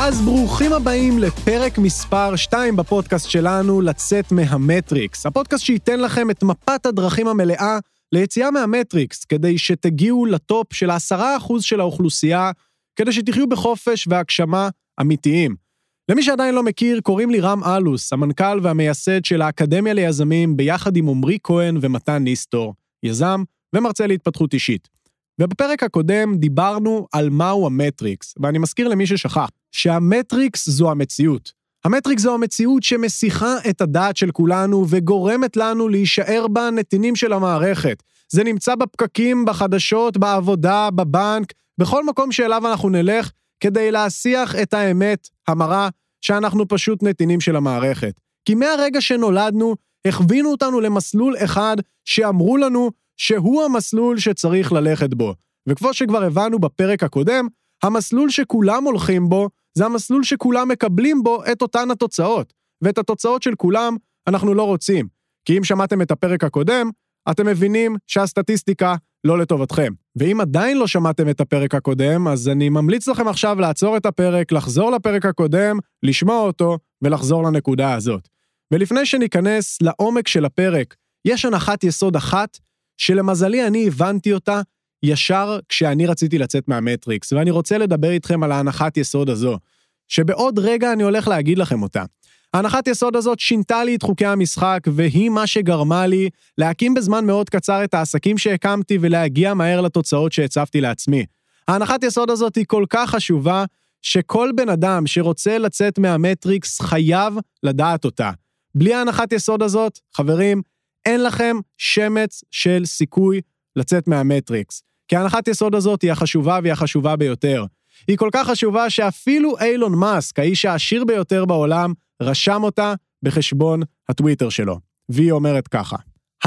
אז ברוכים הבאים לפרק מספר 2 בפודקאסט שלנו, לצאת מהמטריקס. הפודקאסט שייתן לכם את מפת הדרכים המלאה ליציאה מהמטריקס, כדי שתגיעו לטופ של 10% של האוכלוסייה, כדי שתחיו בחופש והגשמה אמיתיים. למי שעדיין לא מכיר, קוראים לי רם אלוס, המנכ"ל והמייסד של האקדמיה ליזמים, ביחד עם עומרי כהן ומתן ניסטור, יזם ומרצה להתפתחות אישית. ובפרק הקודם דיברנו על מהו המטריקס, ואני מזכיר למי ששכח, שהמטריקס זו המציאות. המטריקס זו המציאות שמסיחה את הדעת של כולנו וגורמת לנו להישאר בה נתינים של המערכת. זה נמצא בפקקים, בחדשות, בעבודה, בבנק, בכל מקום שאליו אנחנו נלך, כדי להשיח את האמת המרה שאנחנו פשוט נתינים של המערכת. כי מהרגע שנולדנו, הכווינו אותנו למסלול אחד שאמרו לנו שהוא המסלול שצריך ללכת בו. וכמו שכבר הבנו בפרק הקודם, המסלול שכולם הולכים בו, זה המסלול שכולם מקבלים בו את אותן התוצאות. ואת התוצאות של כולם אנחנו לא רוצים. כי אם שמעתם את הפרק הקודם, אתם מבינים שהסטטיסטיקה לא לטובתכם. ואם עדיין לא שמעתם את הפרק הקודם, אז אני ממליץ לכם עכשיו לעצור את הפרק, לחזור לפרק הקודם, לשמוע אותו ולחזור לנקודה הזאת. ולפני שניכנס לעומק של הפרק, יש הנחת יסוד אחת, שלמזלי אני הבנתי אותה ישר כשאני רציתי לצאת מהמטריקס, ואני רוצה לדבר איתכם על ההנחת יסוד הזו, שבעוד רגע אני הולך להגיד לכם אותה. ההנחת יסוד הזאת שינתה לי את חוקי המשחק, והיא מה שגרמה לי להקים בזמן מאוד קצר את העסקים שהקמתי, ולהגיע מהר לתוצאות שהצבתי לעצמי. ההנחת יסוד הזאת היא כל כך חשובה, שכל בן אדם שרוצה לצאת מהמטריקס חייב לדעת אותה. בלי ההנחת יסוד הזאת, חברים, אין לכם שמץ של סיכוי לצאת מהמטריקס. כי ההנחת יסוד הזאת היא החשובה והיא החשובה ביותר. היא כל כך חשובה שאפילו אילון מאסק, האיש העשיר ביותר בעולם, רשם אותה בחשבון הטוויטר שלו. והיא אומרת ככה: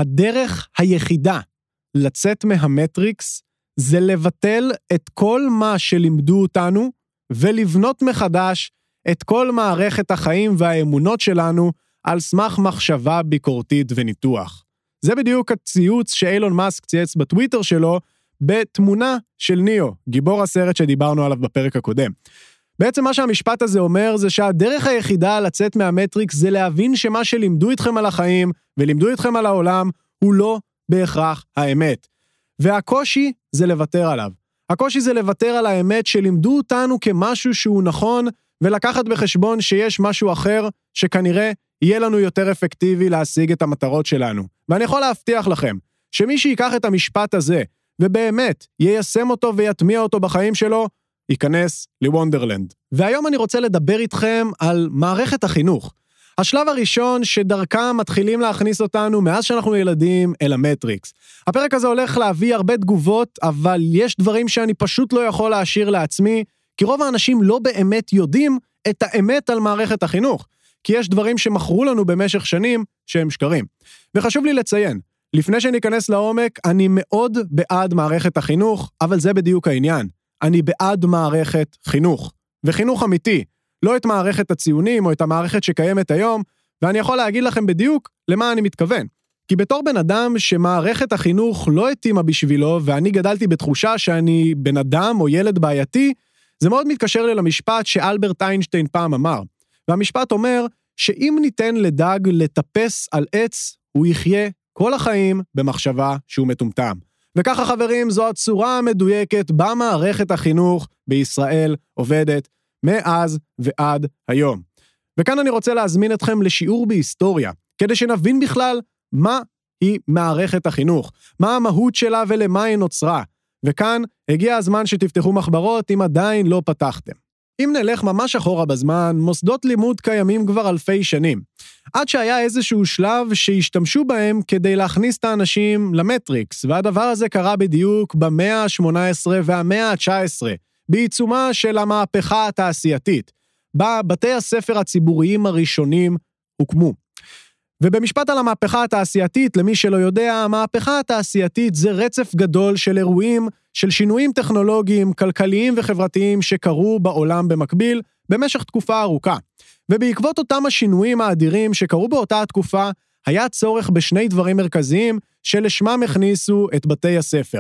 הדרך היחידה לצאת מהמטריקס זה לבטל את כל מה שלימדו אותנו ולבנות מחדש את כל מערכת החיים והאמונות שלנו על סמך מחשבה ביקורתית וניתוח. זה בדיוק הציוץ שאילון מאסק צייץ בטוויטר שלו בתמונה של ניאו, גיבור הסרט שדיברנו עליו בפרק הקודם. בעצם מה שהמשפט הזה אומר זה שהדרך היחידה לצאת מהמטריקס זה להבין שמה שלימדו אתכם על החיים ולימדו אתכם על העולם הוא לא בהכרח האמת. והקושי זה לוותר עליו. הקושי זה לוותר על האמת שלימדו אותנו כמשהו שהוא נכון, ולקחת בחשבון שיש משהו אחר שכנראה יהיה לנו יותר אפקטיבי להשיג את המטרות שלנו. ואני יכול להבטיח לכם שמי שיקח את המשפט הזה ובאמת יישם אותו ויטמיע אותו בחיים שלו, ייכנס לוונדרלנד. והיום אני רוצה לדבר איתכם על מערכת החינוך. השלב הראשון שדרכם מתחילים להכניס אותנו מאז שאנחנו ילדים אל המטריקס. הפרק הזה הולך להביא הרבה תגובות, אבל יש דברים שאני פשוט לא יכול להשאיר לעצמי, כי רוב האנשים לא באמת יודעים את האמת על מערכת החינוך. כי יש דברים שמכרו לנו במשך שנים שהם שקרים. וחשוב לי לציין, לפני שניכנס לעומק, אני מאוד בעד מערכת החינוך, אבל זה בדיוק העניין. אני בעד מערכת חינוך, וחינוך אמיתי, לא את מערכת הציונים או את המערכת שקיימת היום, ואני יכול להגיד לכם בדיוק למה אני מתכוון. כי בתור בן אדם שמערכת החינוך לא התאימה בשבילו, ואני גדלתי בתחושה שאני בן אדם או ילד בעייתי, זה מאוד מתקשר לי למשפט שאלברט איינשטיין פעם אמר. והמשפט אומר שאם ניתן לדג לטפס על עץ, הוא יחיה כל החיים במחשבה שהוא מטומטם. וככה חברים, זו הצורה המדויקת במערכת החינוך בישראל עובדת מאז ועד היום. וכאן אני רוצה להזמין אתכם לשיעור בהיסטוריה, כדי שנבין בכלל מה היא מערכת החינוך, מה המהות שלה ולמה היא נוצרה. וכאן הגיע הזמן שתפתחו מחברות אם עדיין לא פתחתם. אם נלך ממש אחורה בזמן, מוסדות לימוד קיימים כבר אלפי שנים. עד שהיה איזשהו שלב שהשתמשו בהם כדי להכניס את האנשים למטריקס, והדבר הזה קרה בדיוק במאה ה-18 והמאה ה-19, בעיצומה של המהפכה התעשייתית, בה בתי הספר הציבוריים הראשונים הוקמו. ובמשפט על המהפכה התעשייתית, למי שלא יודע, המהפכה התעשייתית זה רצף גדול של אירועים, של שינויים טכנולוגיים, כלכליים וחברתיים שקרו בעולם במקביל במשך תקופה ארוכה. ובעקבות אותם השינויים האדירים שקרו באותה התקופה, היה צורך בשני דברים מרכזיים שלשמם הכניסו את בתי הספר.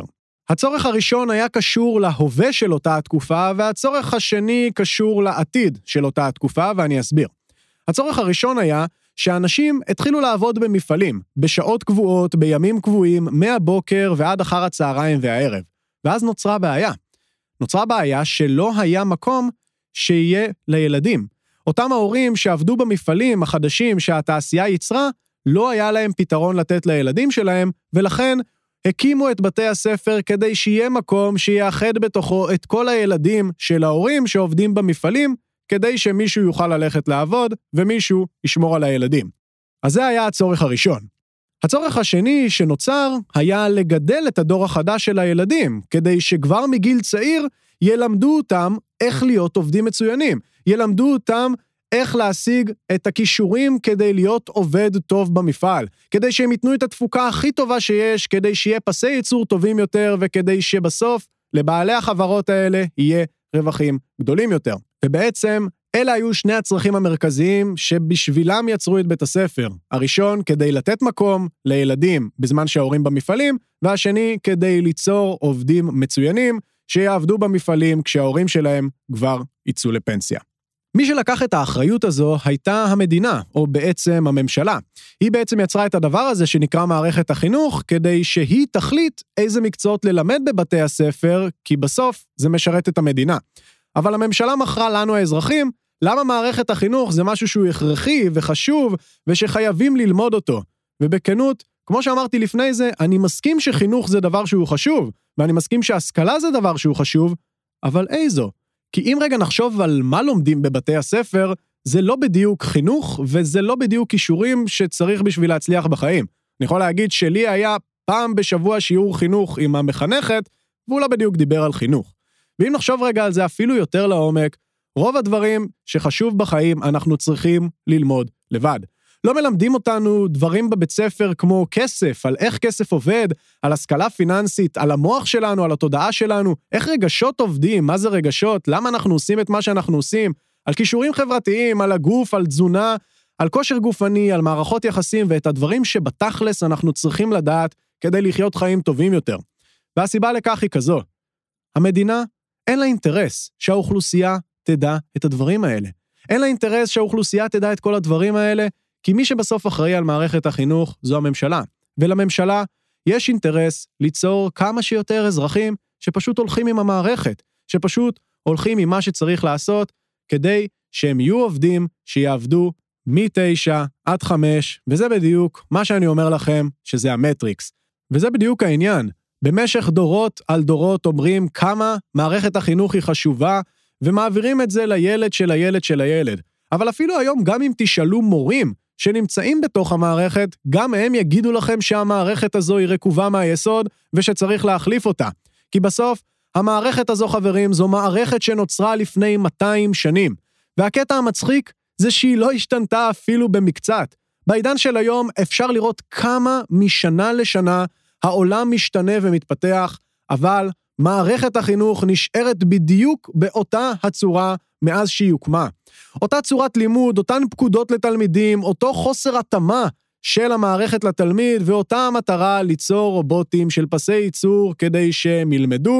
הצורך הראשון היה קשור להווה של אותה התקופה, והצורך השני קשור לעתיד של אותה התקופה, ואני אסביר. הצורך הראשון היה שאנשים התחילו לעבוד במפעלים, בשעות קבועות, בימים קבועים, מהבוקר ועד אחר הצהריים והערב. ואז נוצרה בעיה. נוצרה בעיה שלא היה מקום שיהיה לילדים. אותם ההורים שעבדו במפעלים החדשים שהתעשייה יצרה, לא היה להם פתרון לתת לילדים שלהם, ולכן הקימו את בתי הספר כדי שיהיה מקום שיאחד בתוכו את כל הילדים של ההורים שעובדים במפעלים, כדי שמישהו יוכל ללכת לעבוד ומישהו ישמור על הילדים. אז זה היה הצורך הראשון. הצורך השני שנוצר היה לגדל את הדור החדש של הילדים, כדי שכבר מגיל צעיר ילמדו אותם איך להיות עובדים מצוינים, ילמדו אותם איך להשיג את הכישורים כדי להיות עובד טוב במפעל, כדי שהם ייתנו את התפוקה הכי טובה שיש, כדי שיהיה פסי ייצור טובים יותר, וכדי שבסוף לבעלי החברות האלה יהיה רווחים גדולים יותר. ובעצם אלה היו שני הצרכים המרכזיים שבשבילם יצרו את בית הספר. הראשון כדי לתת מקום לילדים בזמן שההורים במפעלים, והשני כדי ליצור עובדים מצוינים שיעבדו במפעלים כשההורים שלהם כבר יצאו לפנסיה. מי שלקח את האחריות הזו הייתה המדינה, או בעצם הממשלה. היא בעצם יצרה את הדבר הזה שנקרא מערכת החינוך, כדי שהיא תחליט איזה מקצועות ללמד בבתי הספר, כי בסוף זה משרת את המדינה. אבל הממשלה מכרה לנו האזרחים, למה מערכת החינוך זה משהו שהוא הכרחי וחשוב, ושחייבים ללמוד אותו. ובכנות, כמו שאמרתי לפני זה, אני מסכים שחינוך זה דבר שהוא חשוב, ואני מסכים שהשכלה זה דבר שהוא חשוב, אבל איזו? כי אם רגע נחשוב על מה לומדים בבתי הספר, זה לא בדיוק חינוך, וזה לא בדיוק כישורים שצריך בשביל להצליח בחיים. אני יכול להגיד שלי היה פעם בשבוע שיעור חינוך עם המחנכת, והוא לא בדיוק דיבר על חינוך. ואם נחשוב רגע על זה אפילו יותר לעומק, רוב הדברים שחשוב בחיים אנחנו צריכים ללמוד לבד. לא מלמדים אותנו דברים בבית ספר כמו כסף, על איך כסף עובד, על השכלה פיננסית, על המוח שלנו, על התודעה שלנו, איך רגשות עובדים, מה זה רגשות, למה אנחנו עושים את מה שאנחנו עושים, על כישורים חברתיים, על הגוף, על תזונה, על כושר גופני, על מערכות יחסים, ואת הדברים שבתכלס אנחנו צריכים לדעת כדי לחיות חיים טובים יותר. והסיבה לכך היא כזו. המדינה אין לה אינטרס שהאוכלוסייה תדע את הדברים האלה. אין לה אינטרס שהאוכלוסייה תדע את כל הדברים האלה, כי מי שבסוף אחראי על מערכת החינוך זו הממשלה. ולממשלה יש אינטרס ליצור כמה שיותר אזרחים שפשוט הולכים עם המערכת, שפשוט הולכים עם מה שצריך לעשות, כדי שהם יהיו עובדים שיעבדו מ-9 עד 5, וזה בדיוק מה שאני אומר לכם שזה המטריקס. וזה בדיוק העניין. במשך דורות על דורות אומרים כמה מערכת החינוך היא חשובה, ומעבירים את זה לילד של הילד של הילד. אבל אפילו היום גם אם תשאלו מורים שנמצאים בתוך המערכת, גם הם יגידו לכם שהמערכת הזו היא רקובה מהיסוד, ושצריך להחליף אותה. כי בסוף, המערכת הזו, חברים, זו מערכת שנוצרה לפני 200 שנים. והקטע המצחיק זה שהיא לא השתנתה אפילו במקצת. בעידן של היום אפשר לראות כמה משנה לשנה העולם משתנה ומתפתח, אבל מערכת החינוך נשארת בדיוק באותה הצורה מאז שהיא הוקמה. אותה צורת לימוד, אותן פקודות לתלמידים, אותו חוסר התאמה של המערכת לתלמיד, ואותה המטרה ליצור רובוטים של פסי ייצור כדי שהם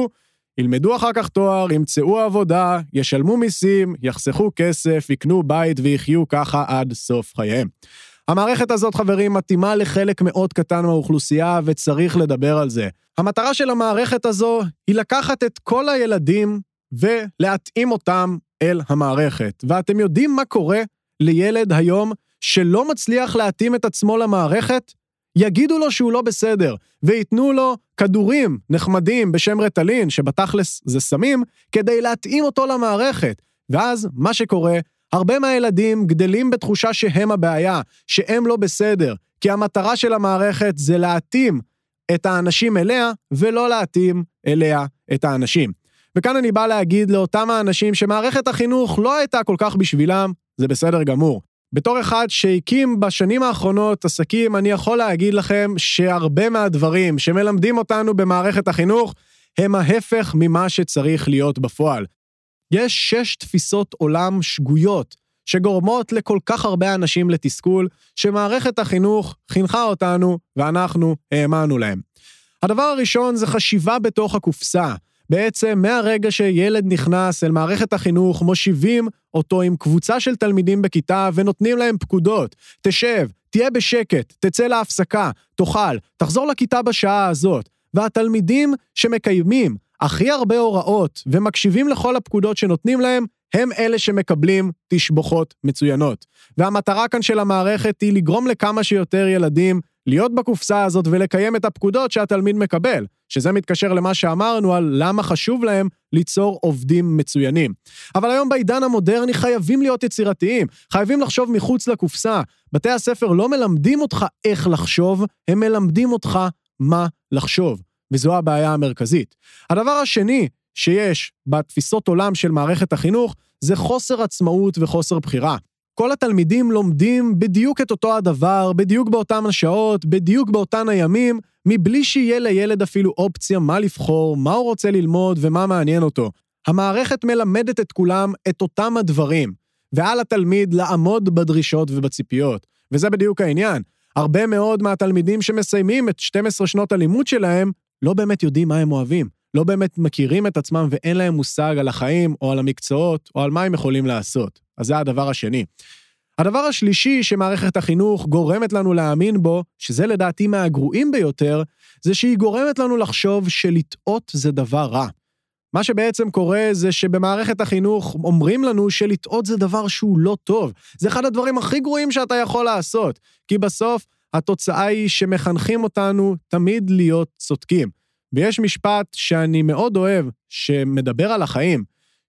ילמדו אחר כך תואר, ימצאו עבודה, ישלמו מיסים, יחסכו כסף, יקנו בית ויחיו ככה עד סוף חייהם. המערכת הזאת, חברים, מתאימה לחלק מאוד קטן מהאוכלוסייה, וצריך לדבר על זה. המטרה של המערכת הזו היא לקחת את כל הילדים ולהתאים אותם אל המערכת. ואתם יודעים מה קורה לילד היום שלא מצליח להתאים את עצמו למערכת? יגידו לו שהוא לא בסדר, ויתנו לו כדורים נחמדים בשם רטלין, שבתכלס זה סמים, כדי להתאים אותו למערכת. ואז מה שקורה, הרבה מהילדים גדלים בתחושה שהם הבעיה, שהם לא בסדר, כי המטרה של המערכת זה להתאים את האנשים אליה, ולא להתאים אליה את האנשים. וכאן אני בא להגיד לאותם האנשים שמערכת החינוך לא הייתה כל כך בשבילם, זה בסדר גמור. בתור אחד שהקים בשנים האחרונות עסקים, אני יכול להגיד לכם שהרבה מהדברים שמלמדים אותנו במערכת החינוך, הם ההפך ממה שצריך להיות בפועל. יש 6 תפיסות עולם שגויות, שגורמות לכל כך הרבה אנשים לתסכול, שמערכת החינוך חינכה אותנו, ואנחנו האמנו להם. הדבר הראשון זה חשיבה בתוך הקופסה. בעצם מהרגע שילד נכנס אל מערכת החינוך, מושיבים אותו עם קבוצה של תלמידים בכיתה ונותנים להם פקודות. תשב, תהיה בשקט, תצא להפסקה, תאכל, תחזור לכיתה בשעה הזאת. והתלמידים שמקיימים הכי הרבה הוראות ומקשיבים לכל הפקודות שנותנים להם, הם אלה שמקבלים תשבחות מצוינות. והמטרה כאן של המערכת היא לגרום לכמה שיותר ילדים להיות בקופסה הזאת ולקיים את הפקודות שהתלמיד מקבל, שזה מתקשר למה שאמרנו על למה חשוב להם ליצור עובדים מצוינים. אבל היום בעידן המודרני חייבים להיות יצירתיים, חייבים לחשוב מחוץ לקופסה. בתי הספר לא מלמדים אותך איך לחשוב, הם מלמדים אותך מה לחשוב, וזו הבעיה המרכזית. הדבר השני שיש בתפיסות עולם של מערכת החינוך, זה חוסר עצמאות וחוסר בחירה. כל התלמידים לומדים בדיוק את אותו הדבר, בדיוק באותן השעות, בדיוק באותן הימים, מבלי שיהיה לילד אפילו אופציה מה לבחור, מה הוא רוצה ללמוד ומה מעניין אותו. המערכת מלמדת את כולם את אותם הדברים, ועל התלמיד לעמוד בדרישות ובציפיות. וזה בדיוק העניין. הרבה מאוד מהתלמידים שמסיימים את 12 שנות הלימוד שלהם, לא באמת יודעים מה הם אוהבים, לא באמת מכירים את עצמם ואין להם מושג על החיים או על המקצועות או על מה הם יכולים לעשות. אז זה הדבר השני. הדבר השלישי שמערכת החינוך גורמת לנו להאמין בו, שזה לדעתי מהגרועים ביותר, זה שהיא גורמת לנו לחשוב שלטעות זה דבר רע. מה שבעצם קורה זה שבמערכת החינוך אומרים לנו שלטעות זה דבר שהוא לא טוב. זה אחד הדברים הכי גרועים שאתה יכול לעשות, כי בסוף התוצאה היא שמחנכים אותנו תמיד להיות צודקים. ויש משפט שאני מאוד אוהב, שמדבר על החיים,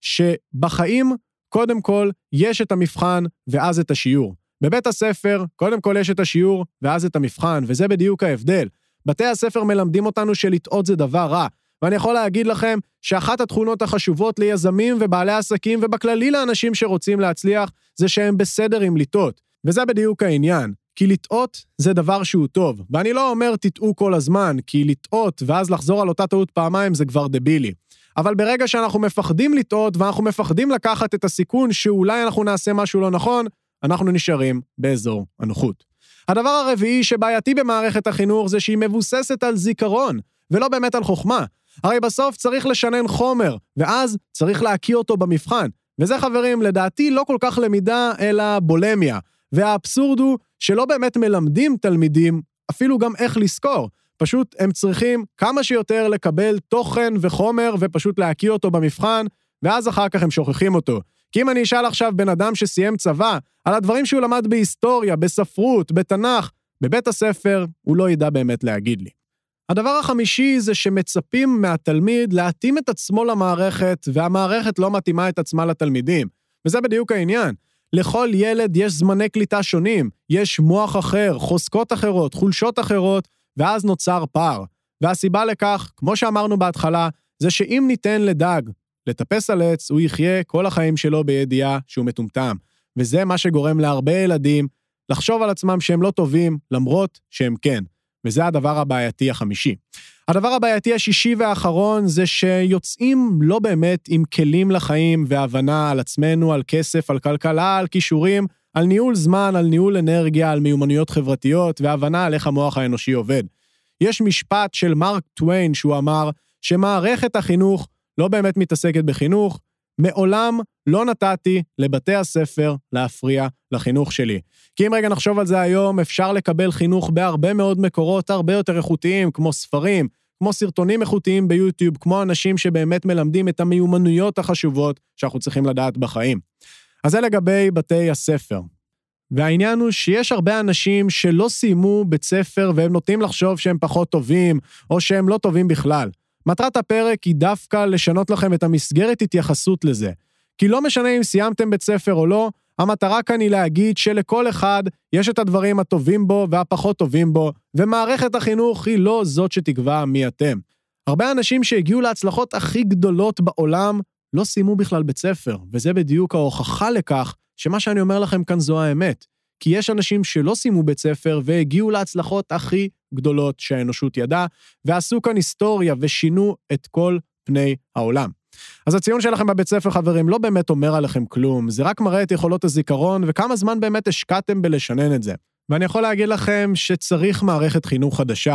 שבחיים קודם כל יש את המבחן ואז את השיעור. בבית הספר קודם כל יש את השיעור ואז את המבחן, וזה בדיוק ההבדל. בתי הספר מלמדים אותנו שלטעות זה דבר רע, ואני יכול להגיד לכם שאחת התכונות החשובות ליזמים ובעלי עסקים ובכללי לאנשים שרוצים להצליח, זה שהם בסדר עם לטעות. וזה בדיוק העניין. כי לטעות זה דבר שהוא טוב, ואני לא אומר תטעו כל הזמן, כי לטעות ואז לחזור על אותה טעות פעמיים זה כבר דבילי. אבל ברגע שאנחנו מפחדים לטעות, ואנחנו מפחדים לקחת את הסיכון שאולי אנחנו נעשה משהו לא נכון, אנחנו נשארים באזור הנוחות. הדבר הרביעי שבעייתי במערכת החינוך זה שהיא מבוססת על זיכרון, ולא באמת על חוכמה. הרי בסוף צריך לשנן חומר, ואז צריך להקיא אותו במבחן. וזה חברים, לדעתי לא כל כך למידה, אלא בולמיה. והאבסורד הוא שלא באמת מלמדים תלמידים אפילו גם איך לזכור. פשוט הם צריכים כמה שיותר לקבל תוכן וחומר ופשוט להקיא אותו במבחן, ואז אחר כך הם שוכחים אותו. כי אם אני אשאל עכשיו בן אדם שסיים צבא, על הדברים שהוא למד בהיסטוריה, בספרות, בתנ"ך, בבית הספר הוא לא ידע באמת להגיד לי. הדבר החמישי זה שמצפים מהתלמיד להתאים את עצמו למערכת, והמערכת לא מתאימה את עצמה לתלמידים. וזה בדיוק העניין. לכל ילד יש זמני קליטה שונים, יש מוח אחר, חוזקות אחרות, חולשות אחרות, ואז נוצר פער. והסיבה לכך, כמו שאמרנו בהתחלה, זה שאם ניתן לדג לטפס על עץ, הוא יחיה כל החיים שלו בידיעה שהוא מטומטם. וזה מה שגורם להרבה ילדים לחשוב על עצמם שהם לא טובים, למרות שהם כן. וזה הדבר הבעייתי החמישי. הדבר הבעייתי השישי והאחרון זה שיוצאים לא באמת עם כלים לחיים והבנה על עצמנו, על כסף, על כלכלה, על כישורים, על ניהול זמן, על ניהול אנרגיה, על מיומנויות חברתיות והבנה על איך המוח האנושי עובד. יש משפט של מרק טוויין שהוא אמר שמערכת החינוך לא באמת מתעסקת בחינוך, מעולם לא נתתי לבתי הספר להפריע לחינוך שלי. כי אם רגע נחשוב על זה היום, אפשר לקבל חינוך בהרבה מאוד מקורות הרבה יותר איכותיים, כמו ספרים, כמו סרטונים איכותיים ביוטיוב, כמו אנשים שבאמת מלמדים את המיומנויות החשובות שאנחנו צריכים לדעת בחיים. אז זה לגבי בתי הספר. והעניין הוא שיש הרבה אנשים שלא סיימו בית ספר והם נוטים לחשוב שהם פחות טובים, או שהם לא טובים בכלל. מטרת הפרק היא דווקא לשנות לכם את המסגרת התייחסות לזה. כי לא משנה אם סיימתם בית ספר או לא, המטרה כאן היא להגיד שלכל אחד יש את הדברים הטובים בו והפחות טובים בו, ומערכת החינוך היא לא זאת שתקבע מי אתם. הרבה אנשים שהגיעו להצלחות הכי גדולות בעולם לא סיימו בכלל בית ספר, וזה בדיוק ההוכחה לכך שמה שאני אומר לכם כאן זו האמת. כי יש אנשים שלא סיימו בית ספר והגיעו להצלחות הכי גדולות שהאנושות ידעה, ועשו כאן היסטוריה ושינו את כל פני העולם. אז הציון שלכם בבית ספר, חברים, לא באמת אומר עליכם כלום, זה רק מראה את יכולות הזיכרון וכמה זמן באמת השקעתם בלשנן את זה. ואני יכול להגיד לכם שצריך מערכת חינוך חדשה,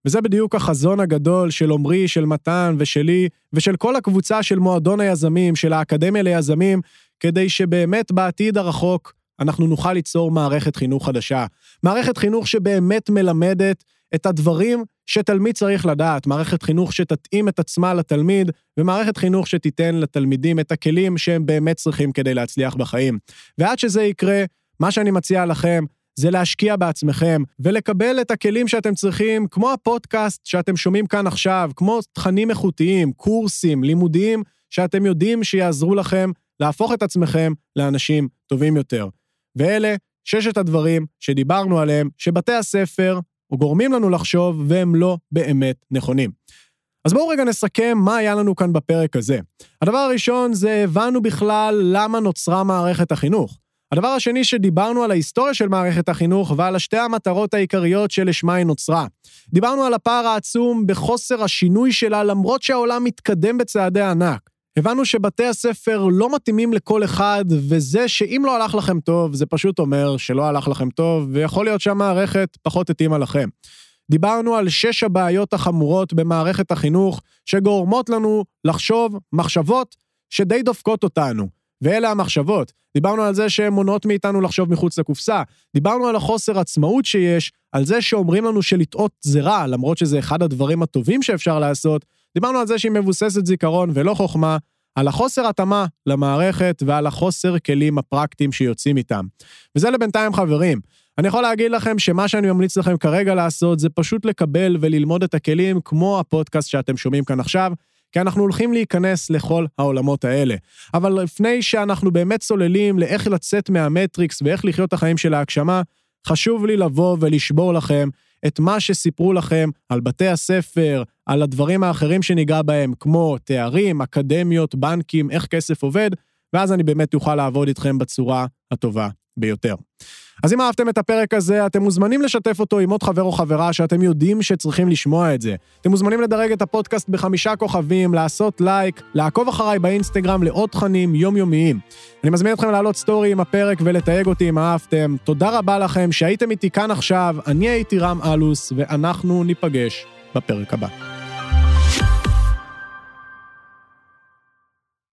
וזה בדיוק החזון הגדול של עומרי, של מתן ושלי, ושל כל הקבוצה של מועדון היזמים, של האקדמיה ליזמים, כדי שבאמת בעתיד הרחוק אנחנו נוכל ליצור מערכת חינוך חדשה. מערכת חינוך שבאמת מלמדת את הדברים שתלמיד צריך לדעת, מערכת חינוך שתתאים את עצמה לתלמיד, ומערכת חינוך שתיתן לתלמידים את הכלים שהם באמת צריכים כדי להצליח בחיים. ועד שזה יקרה, מה שאני מציע לכם, זה להשקיע בעצמכם, ולקבל את הכלים שאתם צריכים, כמו הפודקאסט שאתם שומעים כאן עכשיו, כמו תכנים איכותיים, קורסים, לימודיים, שאתם יודעים שיעזרו לכם להפוך את עצמכם לאנשים טובים יותר. ואלה 6 הדברים שדיברנו עליהם, שבתי הספר גורמים לנו לחשוב, והם לא באמת נכונים. אז בואו רגע נסכם מה היה לנו כאן בפרק הזה. הדבר הראשון זה הבנו בכלל למה נוצרה מערכת החינוך. הדבר השני שדיברנו על ההיסטוריה של מערכת החינוך ועל 2 המטרות העיקריות שלשמה היא נוצרה. דיברנו על הפער העצום בחוסר השינוי שלה למרות שהעולם מתקדם בצעדי ענק. הבנו שבתי הספר לא מתאימים לכל אחד, וזה שאם לא הלך לכם טוב, זה פשוט אומר שלא הלך לכם טוב, ויכול להיות שהמערכת פחות התאימה לכם. דיברנו על 6 הבעיות החמורות במערכת החינוך, שגורמות לנו לחשוב מחשבות שדי דופקות אותנו. ואלה המחשבות. דיברנו על זה שהן מונעות מאיתנו לחשוב מחוץ לקופסה. דיברנו על החוסר עצמאות שיש, על זה שאומרים לנו שלטעות זה רע, למרות שזה אחד הדברים הטובים שאפשר לעשות. דיברנו על זה שהיא מבוססת זיכרון ולא חוכמה, על החוסר התאמה למערכת ועל החוסר כלים הפרקטיים שיוצאים איתם. וזה לבינתיים חברים. אני יכול להגיד לכם שמה שאני ממליץ לכם כרגע לעשות זה פשוט לקבל וללמוד את הכלים כמו הפודקאסט שאתם שומעים כאן עכשיו, כי אנחנו הולכים להיכנס לכל העולמות האלה. אבל לפני שאנחנו באמת צוללים לאיך לצאת מהמטריקס ואיך לחיות את החיים של ההגשמה, חשוב לי לבוא ולשבור לכם את מה שסיפרו לכם על בתי הספר, על הדברים האחרים שניגע בהם, כמו תארים, אקדמיות, בנקים, איך כסף עובד, ואז אני באמת אוכל לעבוד איתכם בצורה הטובה ביותר. אז אם אהבתם את הפרק הזה, אתם מוזמנים לשתף אותו עם עוד חבר או חברה שאתם יודעים שצריכים לשמוע את זה. אתם מוזמנים לדרג את הפודקאסט ב5 כוכבים, לעשות לייק, לעקוב אחריי באינסטגרם לעוד תכנים יומיומיים. אני מזמין אתכם לעלות סטורי עם הפרק ולתייג אותי אם אהבתם. תודה רבה לכם שהייתם איתי כאן עכשיו, אני הייתי רם אלוס, ואנחנו ניפגש בפרק הבא.